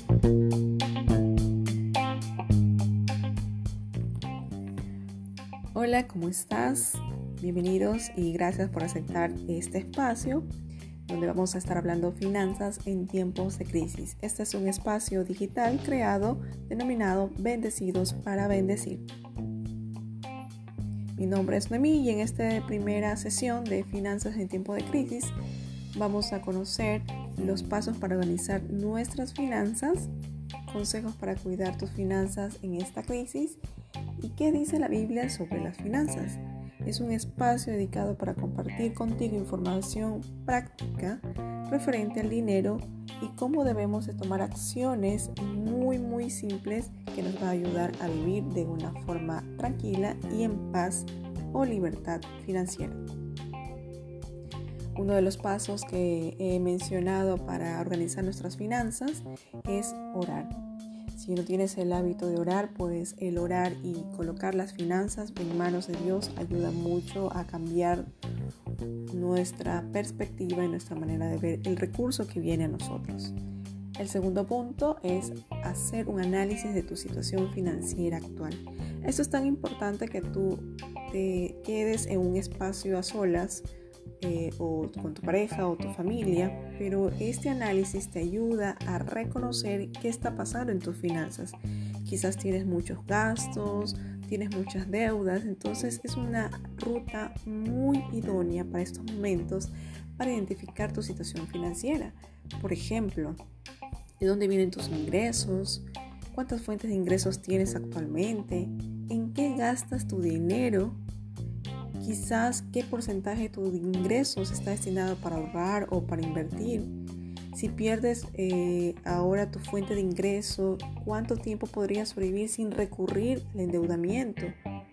Hola, ¿cómo estás? Bienvenidos y gracias por aceptar este espacio donde vamos a estar hablando finanzas en tiempos de crisis. Este es un espacio digital creado denominado Bendecidos para Bendecir. Mi nombre es Noemí y en esta primera sesión de finanzas en tiempos de crisis vamos a conocer los pasos para organizar nuestras finanzas, consejos para cuidar tus finanzas en esta crisis y qué dice la Biblia sobre las finanzas. Es un espacio dedicado para compartir contigo información práctica referente al dinero y cómo debemos de tomar acciones muy simples que nos va a ayudar a vivir de una forma tranquila y en paz o libertad financiera. Uno de los pasos que he mencionado para organizar nuestras finanzas es orar. Si no tienes el hábito de orar, pues el orar y colocar las finanzas en manos de Dios ayuda mucho a cambiar nuestra perspectiva y nuestra manera de ver el recurso que viene a nosotros. El segundo punto es hacer un análisis de tu situación financiera actual. Esto es tan importante que tú te quedes en un espacio a solas o con tu pareja o tu familia, pero este análisis te ayuda a reconocer qué está pasando en tus finanzas. Quizás tienes muchos gastos, tienes muchas deudas, entonces es una ruta muy idónea para estos momentos para identificar tu situación financiera. Por ejemplo, ¿de dónde vienen tus ingresos? ¿Cuántas fuentes de ingresos tienes actualmente? ¿En qué gastas tu dinero? Quizás qué porcentaje de tus ingresos está destinado para ahorrar o para invertir. Si pierdes ahora tu fuente de ingreso, ¿cuánto tiempo podrías sobrevivir sin recurrir al endeudamiento?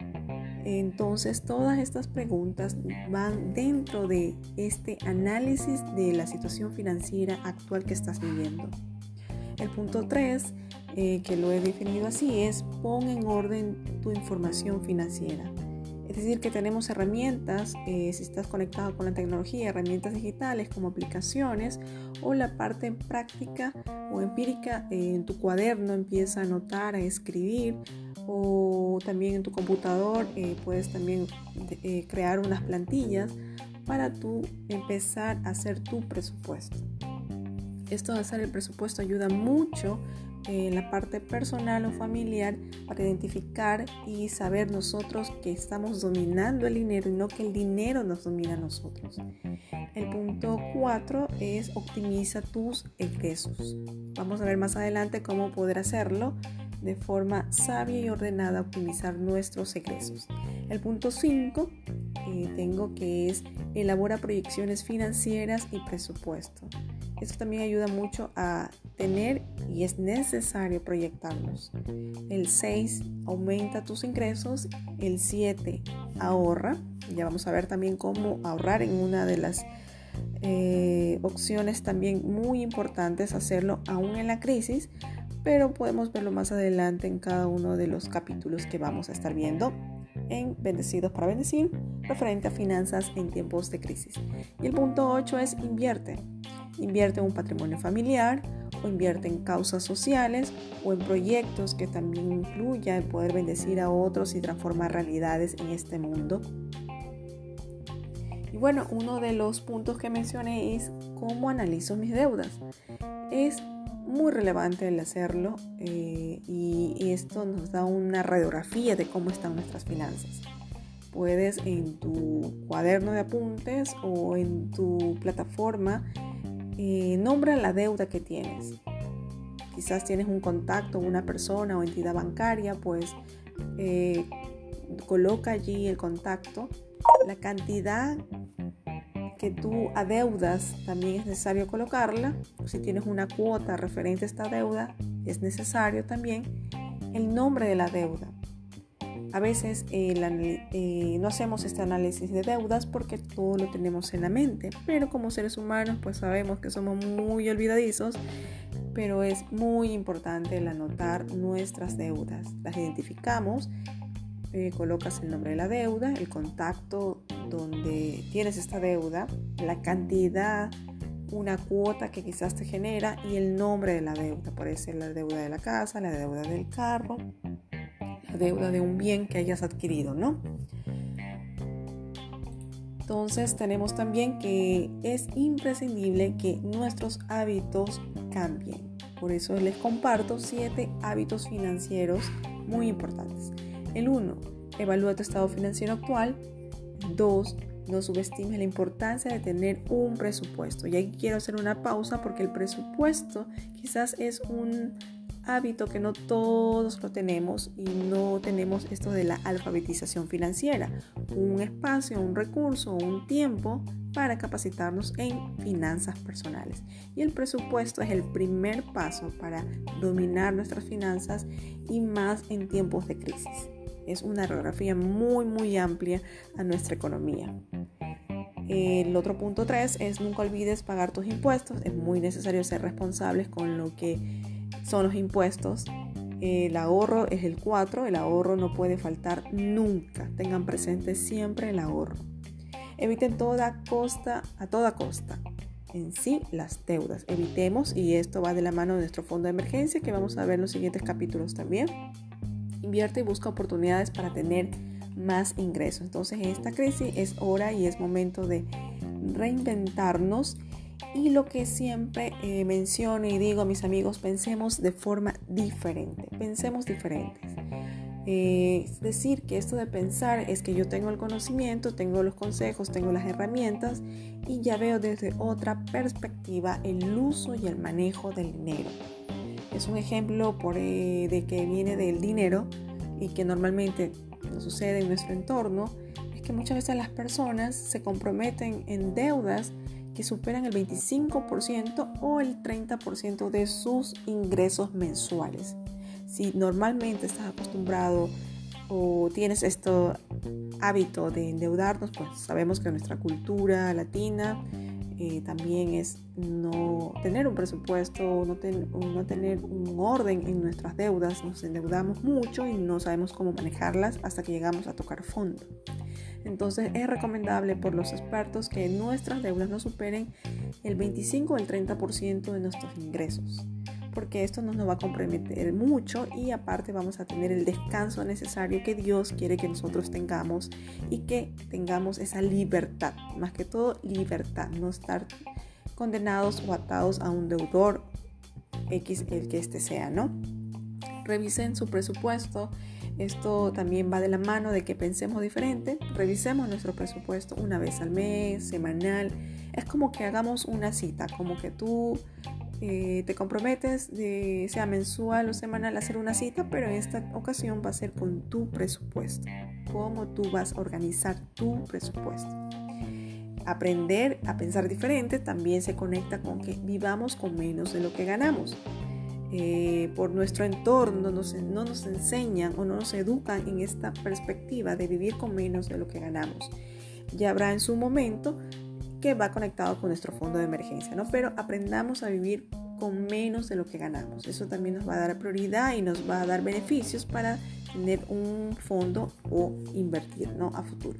Entonces, todas estas preguntas van dentro de este análisis de la situación financiera actual que estás viviendo. El punto 3, que lo he definido así, es pon en orden tu información financiera. Es decir, que tenemos herramientas, si estás conectado con la tecnología, herramientas digitales como aplicaciones o la parte práctica o empírica en tu cuaderno empieza a anotar, a escribir o también en tu computador puedes también crear unas plantillas para tú empezar a hacer tu presupuesto. Esto de hacer el presupuesto ayuda mucho en la parte personal o familiar para identificar y saber nosotros que estamos dominando el dinero y no que el dinero nos domina a nosotros. El punto 4 es optimiza tus egresos. Vamos a ver más adelante cómo poder hacerlo de forma sabia y ordenada, optimizar nuestros egresos. El punto 5 tengo que es elabora proyecciones financieras y presupuesto. Esto también ayuda mucho a tener y es necesario proyectarlos. El 6, aumenta tus ingresos. El 7, ahorra. Ya vamos a ver también cómo ahorrar en una de las opciones también muy importantes, hacerlo aún en la crisis, pero podemos verlo más adelante en cada uno de los capítulos que vamos a estar viendo en Bendecidos para Bendecir, referente a finanzas en tiempos de crisis. Y el punto 8 es invierte. Invierte en un patrimonio familiar o invierte en causas sociales o en proyectos que también incluya el poder bendecir a otros y transformar realidades en este mundo. Y bueno, uno de los puntos que mencioné es cómo analizo mis deudas. Es muy relevante el hacerlo y esto nos da una radiografía de cómo están nuestras finanzas. Puedes en tu cuaderno de apuntes o en tu plataforma nombra la deuda que tienes. Quizás tienes un contacto, una persona o entidad bancaria, pues coloca allí el contacto, la cantidad que tú adeudas también es necesario colocarla. Si tienes una cuota referente a esta deuda, es necesario también el nombre de la deuda. A veces no hacemos este análisis de deudas porque todo lo tenemos en la mente, pero como seres humanos pues sabemos que somos muy olvidadizos, pero es muy importante el anotar nuestras deudas. Las identificamos, colocas el nombre de la deuda, el contacto donde tienes esta deuda, la cantidad una cuota que quizás te genera y el nombre de la deuda. Puede ser la deuda de la casa, la deuda del carro, la deuda de un bien que hayas adquirido, ¿no? Entonces tenemos también que es imprescindible que nuestros hábitos cambien. Por eso les comparto 7 hábitos financieros muy importantes. El 1, evalúa tu estado financiero actual. 2, no subestimes la importancia de tener un presupuesto. Y aquí quiero hacer una pausa porque el presupuesto quizás es un hábito que no todos lo tenemos y no tenemos esto de la alfabetización financiera, un espacio, un recurso, un tiempo para capacitarnos en finanzas personales. Y el presupuesto es el primer paso para dominar nuestras finanzas y más en tiempos de crisis. Es una radiografía muy amplia a nuestra economía. El otro punto 3 es nunca olvides pagar tus impuestos. Es muy necesario ser responsables con lo que son los impuestos. El ahorro es el 4, el ahorro no puede faltar nunca. Tengan presente siempre el ahorro. Eviten a toda costa en sí las deudas. Evitemos, y esto va de la mano de nuestro fondo de emergencia que vamos a ver en los siguientes capítulos también. Invierte y busca oportunidades para tener más ingresos. Entonces en esta crisis es hora y es momento de reinventarnos. Y lo que siempre menciono y digo a mis amigos, pensemos de forma diferente, pensemos diferentes. Es decir, que esto de pensar es que yo tengo el conocimiento, tengo los consejos, tengo las herramientas y ya veo desde otra perspectiva el uso y el manejo del dinero. Es un ejemplo de que viene del dinero y que normalmente nos sucede en nuestro entorno, es que muchas veces las personas se comprometen en deudas que superan el 25% o el 30% de sus ingresos mensuales. Si normalmente estás acostumbrado o tienes este hábito de endeudarnos, pues sabemos que nuestra cultura latina también es no tener un presupuesto, no tener un orden en nuestras deudas. Nos endeudamos mucho y no sabemos cómo manejarlas hasta que llegamos a tocar fondo. Entonces es recomendable por los expertos que nuestras deudas no superen el 25 o el 30% de nuestros ingresos, porque esto nos va a comprometer mucho y aparte vamos a tener el descanso necesario que Dios quiere que nosotros tengamos y que tengamos esa libertad, más que todo libertad, no estar condenados o atados a un deudor X, el que este sea, ¿no? Revisen su presupuesto. Esto también va de la mano de que pensemos diferente. Revisemos nuestro presupuesto una vez al mes, semanal. Es como que hagamos una cita, como que tú te comprometes, sea mensual o semanal, a hacer una cita, pero en esta ocasión va a ser con tu presupuesto. Cómo tú vas a organizar tu presupuesto. Aprender a pensar diferente también se conecta con que vivamos con menos de lo que ganamos. Por nuestro entorno no nos enseñan o no nos educan en esta perspectiva de vivir con menos de lo que ganamos. Ya habrá en su momento que va conectado con nuestro fondo de emergencia, ¿no? Pero aprendamos a vivir con menos de lo que ganamos. Eso también nos va a dar prioridad y nos va a dar beneficios para tener un fondo o invertir, ¿no? A futuro.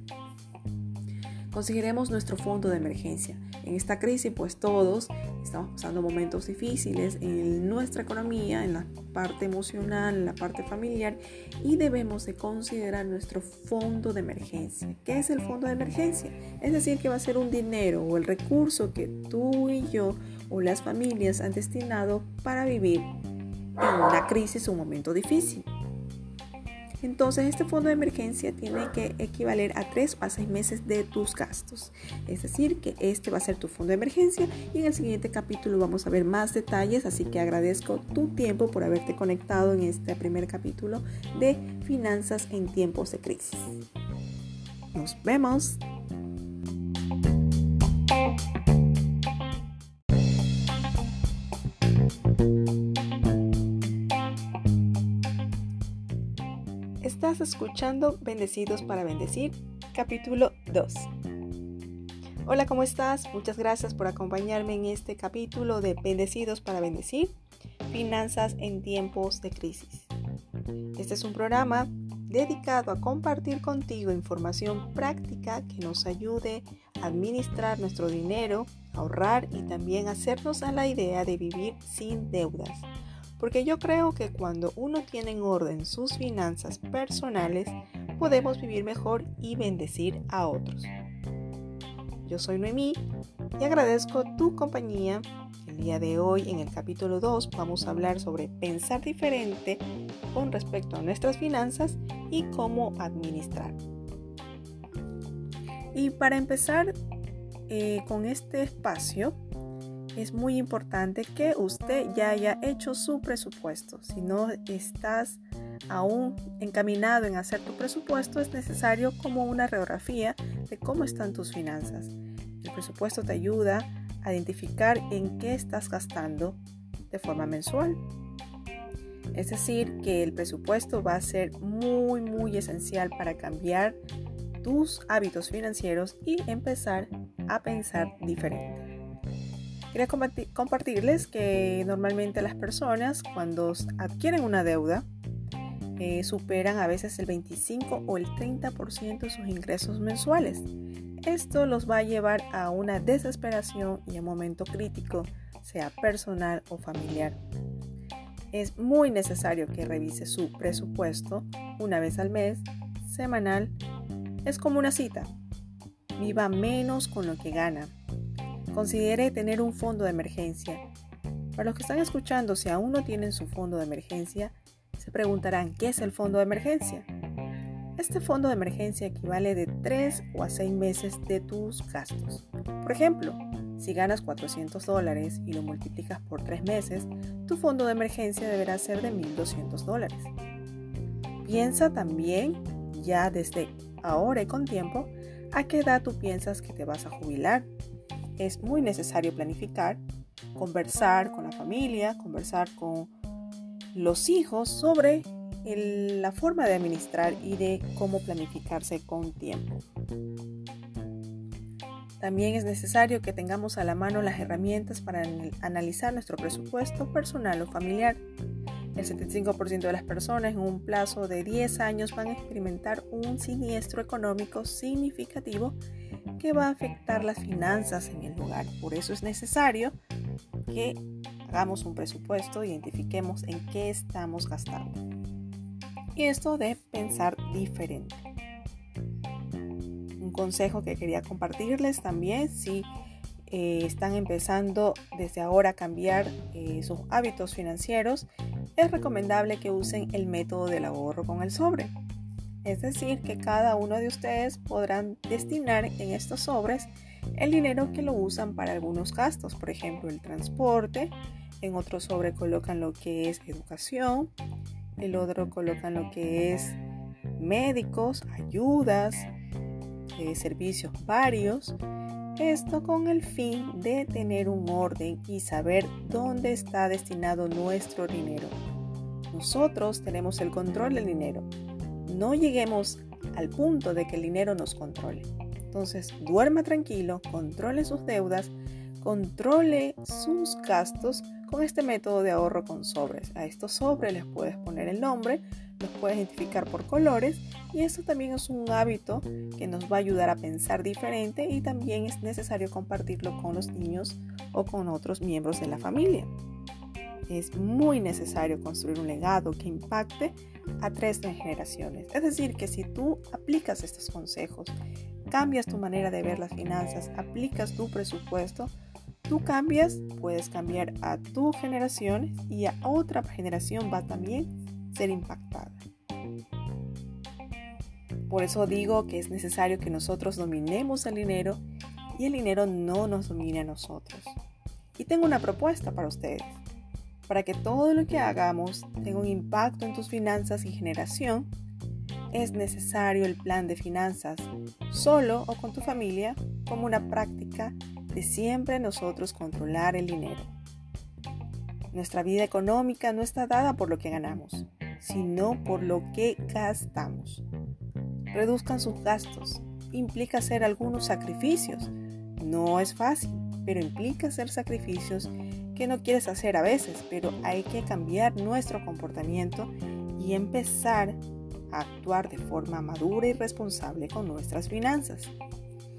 Conseguiremos nuestro fondo de emergencia. En esta crisis, pues todos estamos pasando momentos difíciles en nuestra economía, en la parte emocional, en la parte familiar, y debemos de considerar nuestro fondo de emergencia. ¿Qué es el fondo de emergencia? Es decir, que va a ser un dinero o el recurso que tú y yo o las familias han destinado para vivir en una crisis o un momento difícil. Entonces, este fondo de emergencia tiene que equivaler a 3 a 6 meses de tus gastos. Es decir, que este va a ser tu fondo de emergencia y en el siguiente capítulo vamos a ver más detalles. Así que agradezco tu tiempo por haberte conectado en este primer capítulo de Finanzas en tiempos de crisis. Nos vemos. Estás escuchando Bendecidos para Bendecir, capítulo 2. Hola, ¿cómo estás? Muchas gracias por acompañarme en este capítulo de Bendecidos para Bendecir, Finanzas en tiempos de crisis. Este es un programa dedicado a compartir contigo información práctica que nos ayude administrar nuestro dinero, ahorrar y también hacernos a la idea de vivir sin deudas. Porque yo creo que cuando uno tiene en orden sus finanzas personales, podemos vivir mejor y bendecir a otros. Yo soy Noemí y agradezco tu compañía. El día de hoy, en el capítulo 2, vamos a hablar sobre pensar diferente con respecto a nuestras finanzas y cómo administrar. Y para empezar con este espacio, es muy importante que usted ya haya hecho su presupuesto. Si no estás aún encaminado en hacer tu presupuesto, es necesario como una radiografía de cómo están tus finanzas. El presupuesto te ayuda a identificar en qué estás gastando de forma mensual. Es decir, que el presupuesto va a ser muy esencial para cambiar tus hábitos financieros y empezar a pensar diferente. Quería compartirles que normalmente las personas cuando adquieren una deuda superan a veces el 25 o el 30% de sus ingresos mensuales. Esto los va a llevar a una desesperación y a un momento crítico, sea personal o familiar. Es muy necesario que revise su presupuesto una vez al mes, semanal. Es como una cita. Viva menos con lo que gana. Considere tener un fondo de emergencia. Para los que están escuchando, si aún no tienen su fondo de emergencia, se preguntarán, ¿qué es el fondo de emergencia? Este fondo de emergencia equivale de 3 o a 6 meses de tus gastos. Por ejemplo, si ganas $400 y lo multiplicas por 3 meses, tu fondo de emergencia deberá ser de $1,200. Piensa también, ya desde ahora y con tiempo, a qué edad tú piensas que te vas a jubilar. Es muy necesario planificar, conversar con la familia, conversar con los hijos sobre la forma de administrar y de cómo planificarse con tiempo. También es necesario que tengamos a la mano las herramientas para analizar nuestro presupuesto personal o familiar. El 75% de las personas en un plazo de 10 años van a experimentar un siniestro económico significativo que va a afectar las finanzas en el hogar. Por eso es necesario que hagamos un presupuesto, identifiquemos en qué estamos gastando. Y esto de pensar diferente. Un consejo que quería compartirles también, si están empezando desde ahora a cambiar sus hábitos financieros, es recomendable que usen el método del ahorro con el sobre. Es decir, que cada uno de ustedes podrán destinar en estos sobres el dinero que lo usan para algunos gastos, por ejemplo, el transporte. En otro sobre colocan lo que es educación, el otro colocan lo que es médicos, ayudas, servicios varios. Esto con el fin de tener un orden y saber dónde está destinado nuestro dinero. Nosotros tenemos el control del dinero. No lleguemos al punto de que el dinero nos controle. Entonces, duerma tranquilo, controle sus deudas, controle sus gastos con este método de ahorro con sobres. A estos sobres les puedes poner el nombre, los puedes identificar por colores y esto también es un hábito que nos va a ayudar a pensar diferente y también es necesario compartirlo con los niños o con otros miembros de la familia. Es muy necesario construir un legado que impacte a 3 generaciones. Es decir, que si tú aplicas estos consejos, cambias tu manera de ver las finanzas, aplicas tu presupuesto, tú cambias, puedes cambiar a tu generación y a otra generación va también a ser impactada. Por eso digo que es necesario que nosotros dominemos el dinero y el dinero no nos domine a nosotros. Y tengo una propuesta para ustedes. Para que todo lo que hagamos tenga un impacto en tus finanzas y generación, es necesario el plan de finanzas, solo o con tu familia, como una práctica de siempre nosotros controlar el dinero. Nuestra vida económica no está dada por lo que ganamos, sino por lo que gastamos. Reduzcan sus gastos. Implica hacer algunos sacrificios. No es fácil, pero implica hacer sacrificios que no quieres hacer a veces, pero hay que cambiar nuestro comportamiento y empezar a actuar de forma madura y responsable con nuestras finanzas.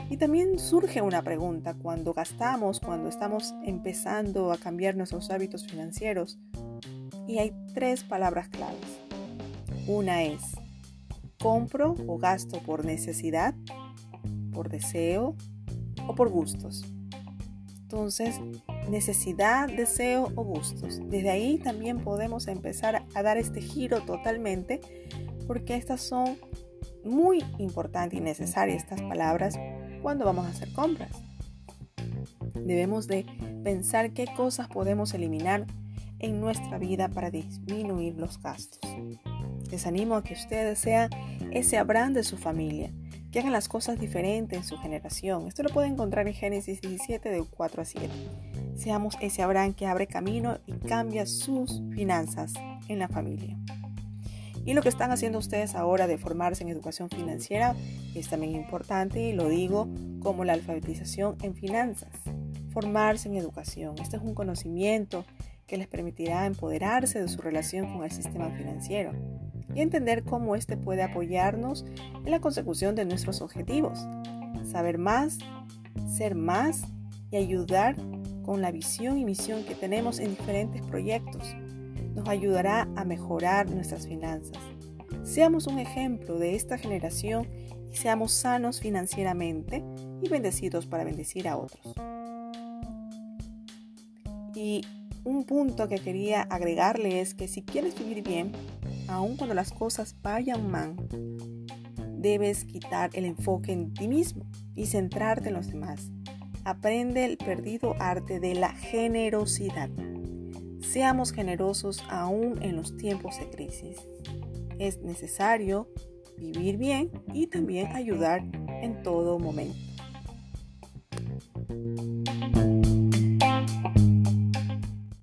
Y también surge una pregunta cuando gastamos, cuando estamos empezando a cambiar nuestros hábitos financieros. Y hay 3 palabras claves. Una es: ¿compro o gasto por necesidad, por deseo o por gustos? Entonces, necesidad, deseo o gustos. Desde ahí también podemos empezar a dar este giro totalmente, porque estas son muy importantes y necesarias, estas palabras, cuando vamos a hacer compras. Debemos de pensar qué cosas podemos eliminar en nuestra vida para disminuir los gastos. Les animo a que ustedes sean ese Abraham de su familia, que hagan las cosas diferentes en su generación. Esto lo pueden encontrar en Génesis 17, de 4 a 7. Seamos ese Abraham que abre camino y cambia sus finanzas en la familia. Y lo que están haciendo ustedes ahora de formarse en educación financiera es también importante, y lo digo como la alfabetización en finanzas. Formarse en educación. Este es un conocimiento que les permitirá empoderarse de su relación con el sistema financiero y entender cómo éste puede apoyarnos en la consecución de nuestros objetivos. Saber más, ser más y ayudar con la visión y misión que tenemos en diferentes proyectos. Nos ayudará a mejorar nuestras finanzas. Seamos un ejemplo de esta generación y seamos sanos financieramente y bendecidos para bendecir a otros. Y un punto que quería agregarle es que si quieres vivir bien, aun cuando las cosas vayan mal, debes quitar el enfoque en ti mismo y centrarte en los demás. Aprende el perdido arte de la generosidad. Seamos generosos aún en los tiempos de crisis. Es necesario vivir bien y también ayudar en todo momento.